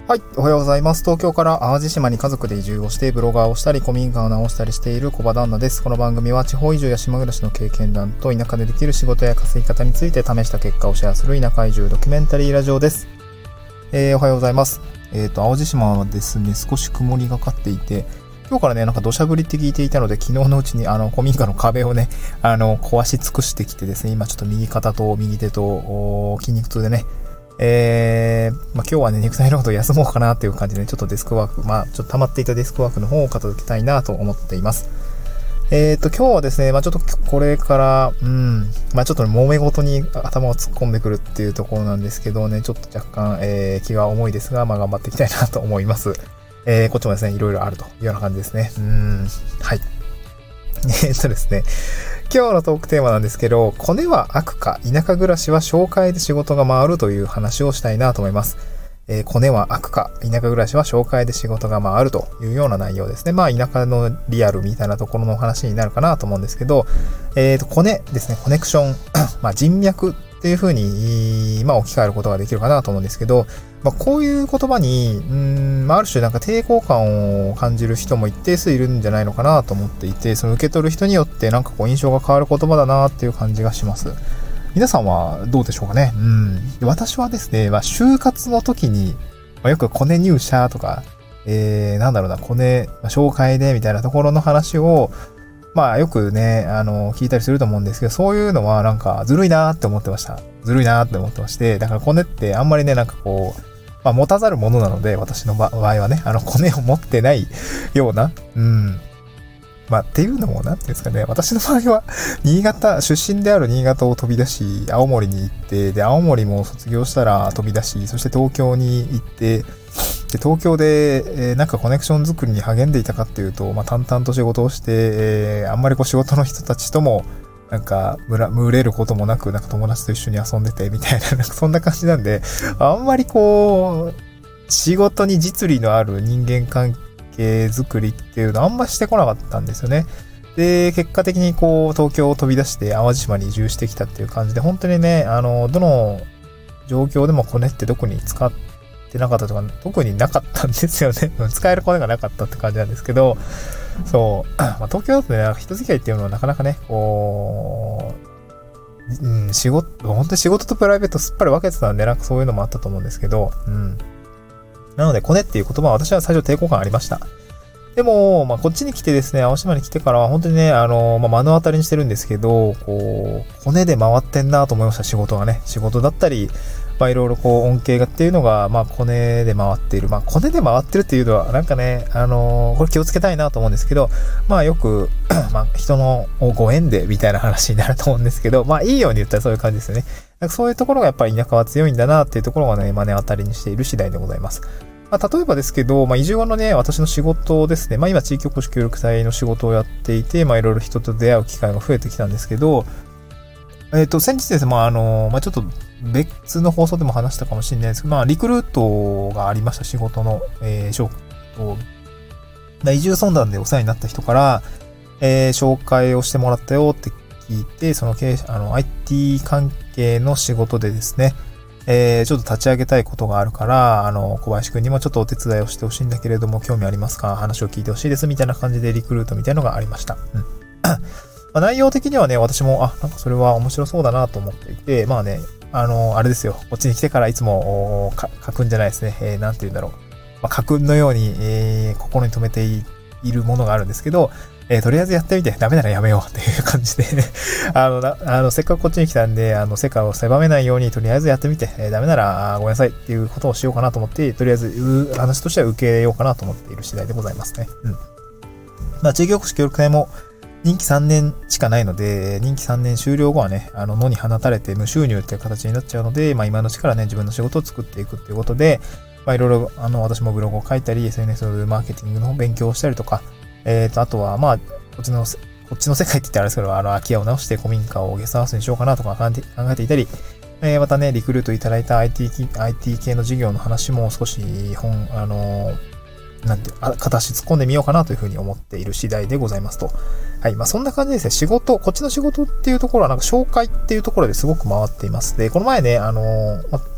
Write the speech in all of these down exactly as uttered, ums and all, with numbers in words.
はい、おはようございます。東京から淡路島に家族で移住をしてブロガーをしたり古民家を直したりしている小場旦那です。この番組は地方移住や島暮らしの経験談と田舎でできる仕事や稼ぎ方について試した結果をシェアする田舎移住ドキュメンタリーラジオです。えー、おはようございます。えっと、淡路島はですね、少し曇りがかっていて、今日からね、なんか土砂降りって聞いていたので、昨日のうちにあの古民家の壁をね、あの壊し尽くしてきてですね、今ちょっと右肩と右手と筋肉痛でね、えー、まあ、今日はね、肉体労働休もうかなっていう感じで、ね、ちょっとデスクワーク、まあ、ちょっと溜まっていたデスクワークの方を片付けたいなと思っています。えーと、今日はですね、まあ、ちょっとこれから、うん、まあ、ちょっと揉め事に頭を突っ込んでくるっていうところなんですけどね、ちょっと若干、えー、気が重いですが、まあ、頑張っていきたいなと思います。えー、こっちもですね、いろいろあるというような感じですね。うん、はい。えーっとですね、今日のトークテーマなんですけど、コネは悪か、田舎暮らしは紹介で仕事が回るという話をしたいなと思います。えー、コネは悪か、田舎暮らしは紹介で仕事が回るというような内容ですね。まあ、田舎のリアルみたいなところの話になるかなと思うんですけど、えーと、コネですね、コネクション、まあ、人脈っていう風に、まあ、置き換えることができるかなと思うんですけど、まあ、こういう言葉に、うーん、まあ、ある種なんか抵抗感を感じる人も一定数いるんじゃないのかなと思っていて、その受け取る人によってなんかこう印象が変わる言葉だなっていう感じがします。皆さんはどうでしょうかね。うん。私はですね、まあ、就活の時に、まあ、よくコネ入社とか、えー、なんだろうな、コネ、まあ、紹介でみたいなところの話を、まあよくね、あの、聞いたりすると思うんですけど、そういうのはなんかずるいなーって思ってました。ずるいなーって思ってまして、だからコネってあんまりね、なんかこう、まあ持たざるものなので、私の場合はね、あのコネを持ってないような、うん。まあっていうのも、なんていうんですかね、私の場合は、新潟、出身である新潟を飛び出し、青森に行って、で、青森も卒業したら飛び出し、そして東京に行って、で東京で、えー、なんかコネクション作りに励んでいたかっていうと、まあ、淡々と仕事をして、えー、あんまりこう仕事の人たちとも、なんか、群れることもなく、なんか友達と一緒に遊んでて、みたいな、なんかそんな感じなんで、あんまりこう、仕事に実利のある人間関係作りっていうのはあんましてこなかったんですよね。で、結果的にこう、東京を飛び出して淡路島に移住してきたっていう感じで、本当にね、あの、どの状況でもコネってどこに使ってってなかったとか、特になかったんですよね。使えるコネがなかったって感じなんですけど、そう、まあ、東京だとね、人付き合いっていうのはなかなかね、こう、うん、仕事、本当に仕事とプライベートすっぱり分けてたんで、なんかそういうのもあったと思うんですけど、うん。なので、コネっていう言葉は私は最初抵抗感ありました。でも、まあ、こっちに来てですね、青島に来てからは本当にね、あの、まあ、目の当たりにしてるんですけど、こう、コネで回ってんなと思いました、仕事がね。仕事だったり、まあいろいろこう恩恵がっていうのが、まあコネで回っている。まあコネで回ってるっていうのは、なんかね、あのー、これ気をつけたいなと思うんですけど、まあよく、まあ人のご縁でみたいな話になると思うんですけど、まあいいように言ったらそういう感じですよね。なんかそういうところがやっぱり田舎は強いんだなっていうところがね、目の当たりにしている次第でございます。まあ例えばですけど、まあ移住後のね、私の仕事ですね。まあ今地域おこし協力隊の仕事をやっていて、まあいろいろ人と出会う機会が増えてきたんですけど、えっと、先日ですね、まあ、あの、まあ、ちょっと別の放送でも話したかもしれないですけど、まあ、リクルートがありました、仕事の、えー、紹介。移住相談でお世話になった人から、えー、紹介をしてもらったよって聞いて、その経営者、あの、アイティー 関係の仕事でですね、えー、ちょっと立ち上げたいことがあるから、あの、小林くんにもちょっとお手伝いをしてほしいんだけれども、興味ありますか？話を聞いてほしいです、みたいな感じでリクルートみたいなのがありました。うん。まあ、内容的にはね、私も、あ、なんかそれは面白そうだなと思っていて、まあね、あの、あれですよ、こっちに来てからいつも、か、書くんじゃないですね、えー、なんて言うんだろう。まあ、書くのように、えー、心に留めているものがあるんですけど、えー、とりあえずやってみて、ダメならやめようっていう感じで、ね、あの、な、あの、せっかくこっちに来たんで、あの、世界を狭めないように、とりあえずやってみて、えー、ダメなら、ごめんなさいっていうことをしようかなと思って、とりあえず、話としては受けようかなと思っている次第でございますね。うん。まあ、地域おこし協力隊も、任期さんねんしかないので、任期さんねん終了後はね、あの、野に放たれて無収入っていう形になっちゃうので、まあ今のうちからね、自分の仕事を作っていくっていうことで、まあいろいろ、あの、私もブログを書いたり、エスエヌエス マーケティングの勉強をしたりとか、えっと、あとは、まあ、こっちの、こっちの世界って言ったらあれですけど、あの、空き家を直して古民家をゲストハウスにしようかなとか考えていたり、えー、またね、リクルートいただいた アイティー、アイティー 系の事業の話も少し本、あのー、なんて、あ、片足突っ込んでみようかなというふうに思っている次第でございますと。はい。まあ、そんな感じですね。仕事、こっちの仕事っていうところは、なんか紹介っていうところですごく回っています。で、この前ね、あのー、ま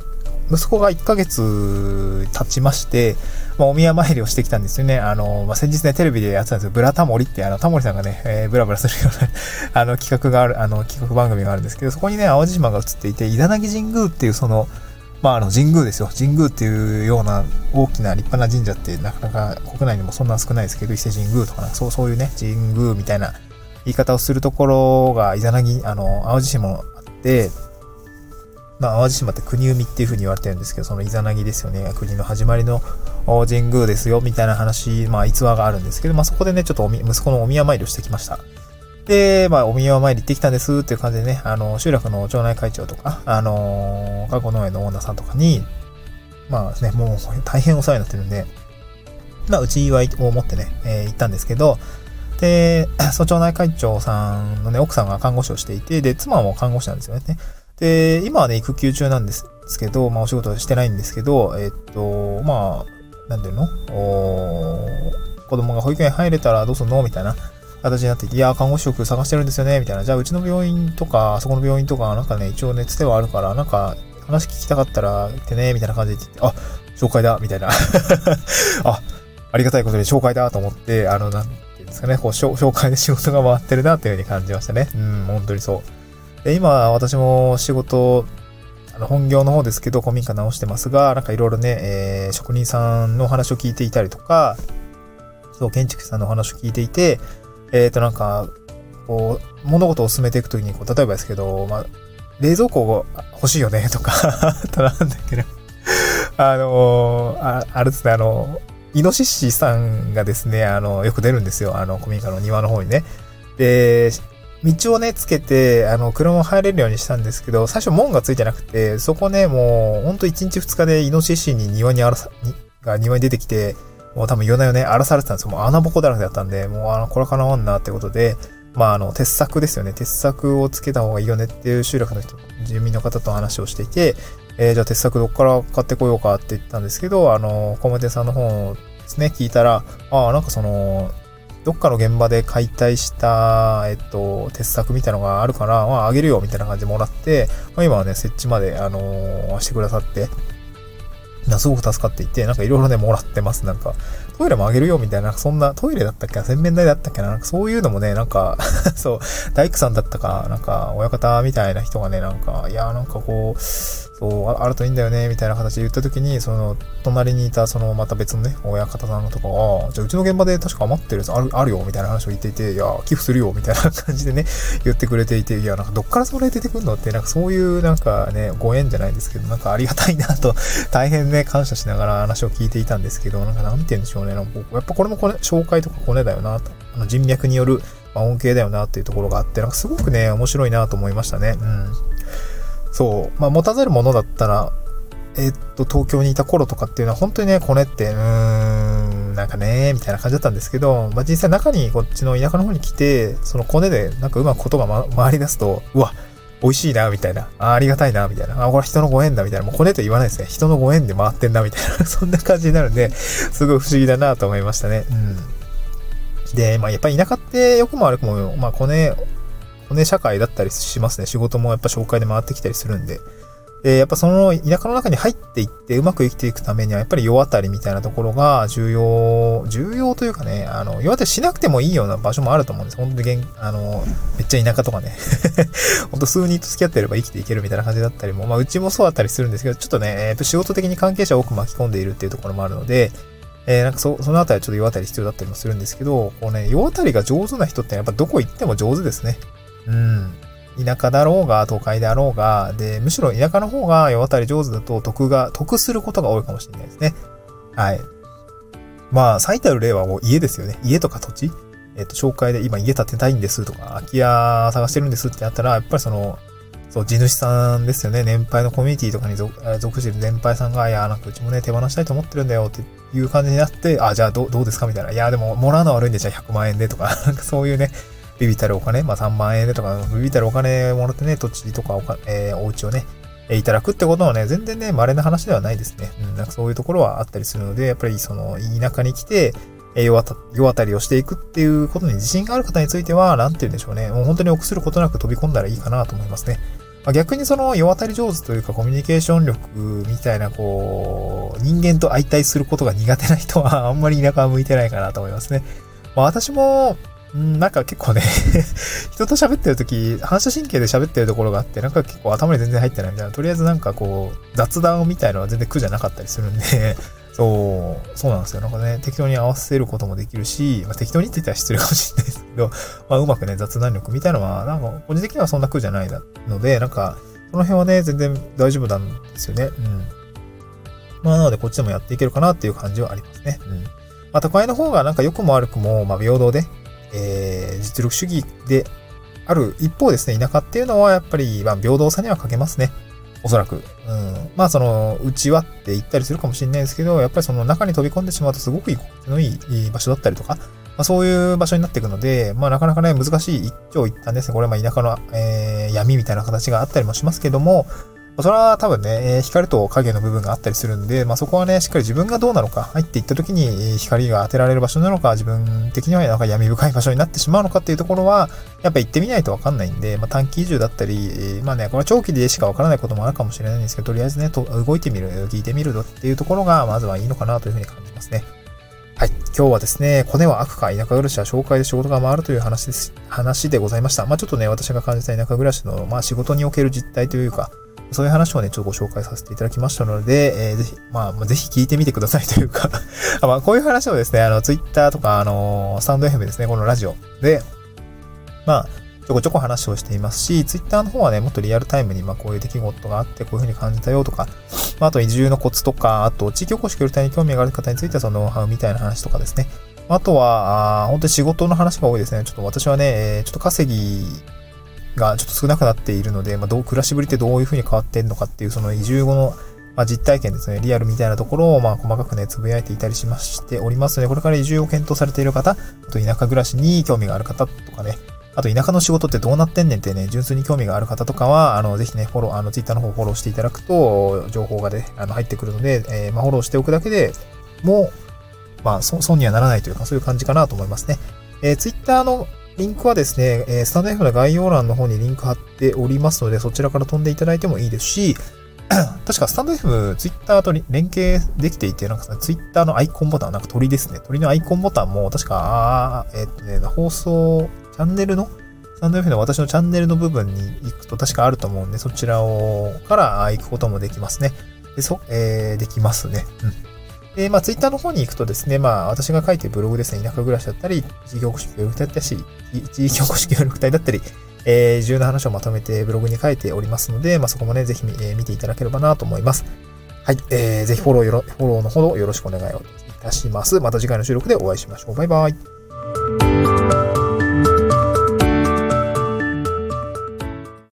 息子がいっかげつ経ちまして、まあ、お宮参りをしてきたんですよね。あの、まあ、先日ね、テレビでやってたんですよ。ブラタモリって、あの、タモリさんがね、えー、ブラブラするような、あの、企画がある、あの、企画番組があるんですけど、そこにね、淡路島が映っていて、伊弉諾神宮っていう、その、まあ、あの、神宮ですよ。神宮っていうような大きな立派な神社ってなかなか国内にもそんな少ないですけど、伊勢神宮とかな、そう、そういうね、神宮みたいな言い方をするところが、伊弉諾、あの、淡路島あって、まあ、淡路島って国生みっていう風に言われてるんですけど、その伊弉諾ですよね。国の始まりの神宮ですよ、みたいな話、まあ、逸話があるんですけど、まあ、そこでね、ちょっとおみ息子のお宮参りをしてきました。で、まあ、お宮参り行ってきたんですっていう感じでね、あの、集落の町内会長とか、あのー、観光農園のオーナーさんとかに、まあね、もう大変お世話になってるんで、まあ、うち祝いを持ってね、えー、行ったんですけど、で、その町内会長さんのね、奥さんが看護師をしていて、で、妻も看護師なんですよね。で、今はね、育休中なんですけど、まあ、お仕事してないんですけど、えっと、まあ、なんていうのお子供が保育園入れたらどうすんのみたいな形になっていて、いや、看護師職探してるんですよねみたいな。じゃあ、うちの病院とか、あそこの病院とか、なんかね、一応ね、つてはあるから、なんか、話聞きたかったら、言ってね、みたいな感じで言って、あ、紹介だみたいな。あ、ありがたいことで紹介だと思って、あの、なんていうんですかね、こう、紹介で仕事が回ってるな、っていう風に感じましたね。うん、本当にそう。で、今、私も仕事、あの、本業の方ですけど、古民家直してますが、なんかいろいろね、えー、職人さんのお話を聞いていたりとか、そう、建築士さんのお話を聞いていて、えっと、なんか、こう、物事を進めていくときに、こう、例えばですけど、まあ、冷蔵庫欲しいよね、とか、あとなんだっけな。あのー、あ、あれですね、あの、イノシシさんがですね、あの、よく出るんですよ。あの、古民家の庭の方にね。で、道をね、つけて、あの、車を入れるようにしたんですけど、最初門がついてなくて、そこね、もう、ほんといちにちふつかでイノシシに庭に荒らさ、にが庭に出てきて、もう多分夜な夜ね、荒らされてたんですよ。もう穴ぼこだらけだったんで、もうあの、これかなわんなってことで、まあ、あの、鉄柵ですよね。鉄柵をつけた方がいいよねっていう集落の人、住民の方と話をしていて、えー、じゃあ鉄柵どっから買ってこようかって言ったんですけど、あの、工務店さんの方ですね、聞いたら、ああ、なんかその、どっかの現場で解体した、えっと、鉄柵みたいなのがあるから、まあ、あげるよみたいな感じでもらって、まあ、今はね、設置まで、あのー、してくださって、すごく助かっていて、なんかいろいろね、もらってます。なんか、トイレもあげるよみたいな、そんな、トイレだったっけな、洗面台だったっけな、なんかそういうのもね、なんか、そう、大工さんだったか、なんか、親方みたいな人がね、なんか、いや、なんかこう、そう、あるといいんだよね、みたいな形で言ったときに、その、隣にいた、その、また別のね、親方さんとかが、じゃあ、うちの現場で確か余ってるやつある、あるよ、みたいな話を言っていて、いや、寄付するよ、みたいな感じでね、言ってくれていて、いや、なんか、どっからそれ出てくるのって、なんかそういう、なんかね、ご縁じゃないですけど、なんかありがたいなと、大変ね、感謝しながら話を聞いていたんですけど、なんか、なんて言うんでしょうね、なんかやっぱこれもこれ、紹介とかコネだよな、と、あの人脈による、まあ、恩恵だよな、っていうところがあって、なんかすごくね、面白いなと思いましたね。うん。そう。まあ、持たざるものだったら、えっと、東京にいた頃とかっていうのは本当にね、コネって、うーん、なんかね、みたいな感じだったんですけど、まあ、実際中にこっちの田舎の方に来て、そのコネでなんかうまくことが、ま、回り出すと、うわ、美味しいな、みたいな。あ、ありがたいな、みたいな。あ、これ人のご縁だ、みたいな。もうコネと言わないですね。人のご縁で回ってんな、みたいな。そんな感じになるんで、すごい不思議だなと思いましたね。うん。で、まあ、やっぱり田舎って良くも悪くも、まあ、コネ、コネ社会だったりしますね。仕事もやっぱ紹介で回ってきたりするんで。で、やっぱその田舎の中に入っていってうまく生きていくためにはやっぱり世渡りみたいなところが重要、重要というかね、あの、世渡りしなくてもいいような場所もあると思うんです。本当に、あの、めっちゃ田舎とかね。本当数人と付き合ってれば生きていけるみたいな感じだったりも、まあうちもそうだったりするんですけど、ちょっとね、えっと仕事的に関係者を多く巻き込んでいるっていうところもあるので、えー、なんかそ、そのあたりはちょっと世渡り必要だったりもするんですけど、こうね、世渡りが上手な人ってやっぱどこ行っても上手ですね。うん。田舎だろうが、都会であろうが、で、むしろ田舎の方が世渡り上手だと得が、得することが多いかもしれないですね。はい。まあ、最たる例はもう家ですよね。家とか土地。えっと、紹介で今家建てたいんですとか、空き家探してるんですってなったら、やっぱりその、そう、地主さんですよね。年配のコミュニティとかに属している年配さんが、いや、なんかうちもね、手放したいと思ってるんだよっていう感じになって、あ、じゃあどう、どうですかみたいな。いや、でも、もらうのは悪いんで、じゃあひゃくまんえんでとか、なんかそういうね、ビビたるお金、まあさんまんえんでとか、ビビたるお金もらってね、土地とかおか、えー、お家をね、いただくってことはね、全然ね、稀な話ではないですね。うん、なんかそういうところはあったりするので、やっぱりその、田舎に来て、世渡り、世渡りをしていくっていうことに自信がある方については、なんて言うんでしょうね。もう本当に臆することなく飛び込んだらいいかなと思いますね。 まあ、逆にその世渡り上手というかコミュニケーション力みたいなこう、人間と相対することが苦手な人はあんまり田舎は向いてないかなと思いますね。まあ私も、んなんか結構ね、人と喋ってるとき、反射神経で喋ってるところがあって、なんか結構頭に全然入ってないみたいな、とりあえずなんかこう、雑談みたいなのは全然苦じゃなかったりするんで、そう、そうなんですよ。なんかね、適当に合わせることもできるし、まあ、適当にって言ったら失礼かもしれないですけど、まあうまくね、雑談力みたいなのは、なんか個人的にはそんな苦じゃないので、なんか、その辺はね、全然大丈夫なんですよね。うん。まあなのでこっちでもやっていけるかなっていう感じはありますね。うん。まあ都会の方がなんか良くも悪くも、まあ平等で、えー、実力主義である一方ですね、田舎っていうのはやっぱり、まあ、平等さには欠けますね。おそらく。うん。まあ、その、内輪って言ったりするかもしれないですけど、やっぱりその中に飛び込んでしまうとすごく居心地のいい場所だったりとか、まあ、そういう場所になっていくので、まあ、なかなかね、難しい一長一短ですね。これはまあ、田舎の、えー、闇みたいな形があったりもしますけども、それは多分ね、光と影の部分があったりするんで、まあそこはね、しっかり自分がどうなのか、入っていった時に光が当てられる場所なのか、自分的にはなんか闇深い場所になってしまうのかっていうところは、やっぱ行ってみないとわかんないんで、まあ短期移住だったり、まあね、これは長期でしかわからないこともあるかもしれないんですけど、とりあえずね、と動いてみる、聞いてみるっていうところが、まずはいいのかなというふうに感じますね。はい。今日はですね、コネは悪か、田舎暮らしは紹介で仕事が回るという話です、話でございました。まあちょっとね、私が感じた田舎暮らしの、まあ仕事における実態というか、そういう話をね、ちょっとご紹介させていただきましたので、えー、ぜひ、まあ、ぜひ聞いてみてくださいというかまあ、こういう話をですね、あの、ツイッターとか、あのー、スタンド エフエム ですね、このラジオで、まあ、ちょこちょこ話をしていますし、ツイッターの方はね、もっとリアルタイムに、まあ、こういう出来事があって、こういう風に感じたよとか、まあ、あと移住のコツとか、あと地域おこし協力隊に興味がある方については、そのノウハウみたいな話とかですね。あとは、あ本当に仕事の話が多いですね。ちょっと私はね、ちょっと稼ぎ、がちょっと少なくなっているので、まあ、どう、暮らしぶりってどういう風に変わっているのかっていう、その移住後の、まあ、実体験ですね、リアルみたいなところを、まあ、細かくね、つぶやいていたりしましておりますので、これから移住を検討されている方、あと田舎暮らしに興味がある方とかね、あと田舎の仕事ってどうなってんねんってね、純粋に興味がある方とかは、あの、ぜひね、フォロー、あの、ツイッターの方フォローしていただくと、情報がね、あの、入ってくるので、えー、まあ、フォローしておくだけでもう、まあ、損にはならないというか、そういう感じかなと思いますね。えー、ツイッターのリンクはですね、えー、スタンド エフ の概要欄の方にリンク貼っておりますので、そちらから飛んでいただいてもいいですし、確かスタンド エフエム、ツイッターと連携できていて、なんかツイッターのアイコンボタン、なんか鳥ですね。鳥のアイコンボタンも、確か、えー、っとね、放送、チャンネルの、スタンド エフエム の私のチャンネルの部分に行くと確かあると思うんで、そちらを、から行くこともできますね。で、そ、えー、できますね。うん。で、まあ、ツイッターの方に行くとですね、まあ、私が書いているブログですね、田舎暮らしだったり、地域おこし協力隊だったり、地域おこし協力隊だったり、えー、重要な話をまとめてブログに書いておりますので、まあ、そこもね、ぜひ、えー、見ていただければなと思います。はい、えー、ぜひフォローよろ、フォローのほどよろしくお願いをいたします。また次回の収録でお会いしましょう。バイバイ。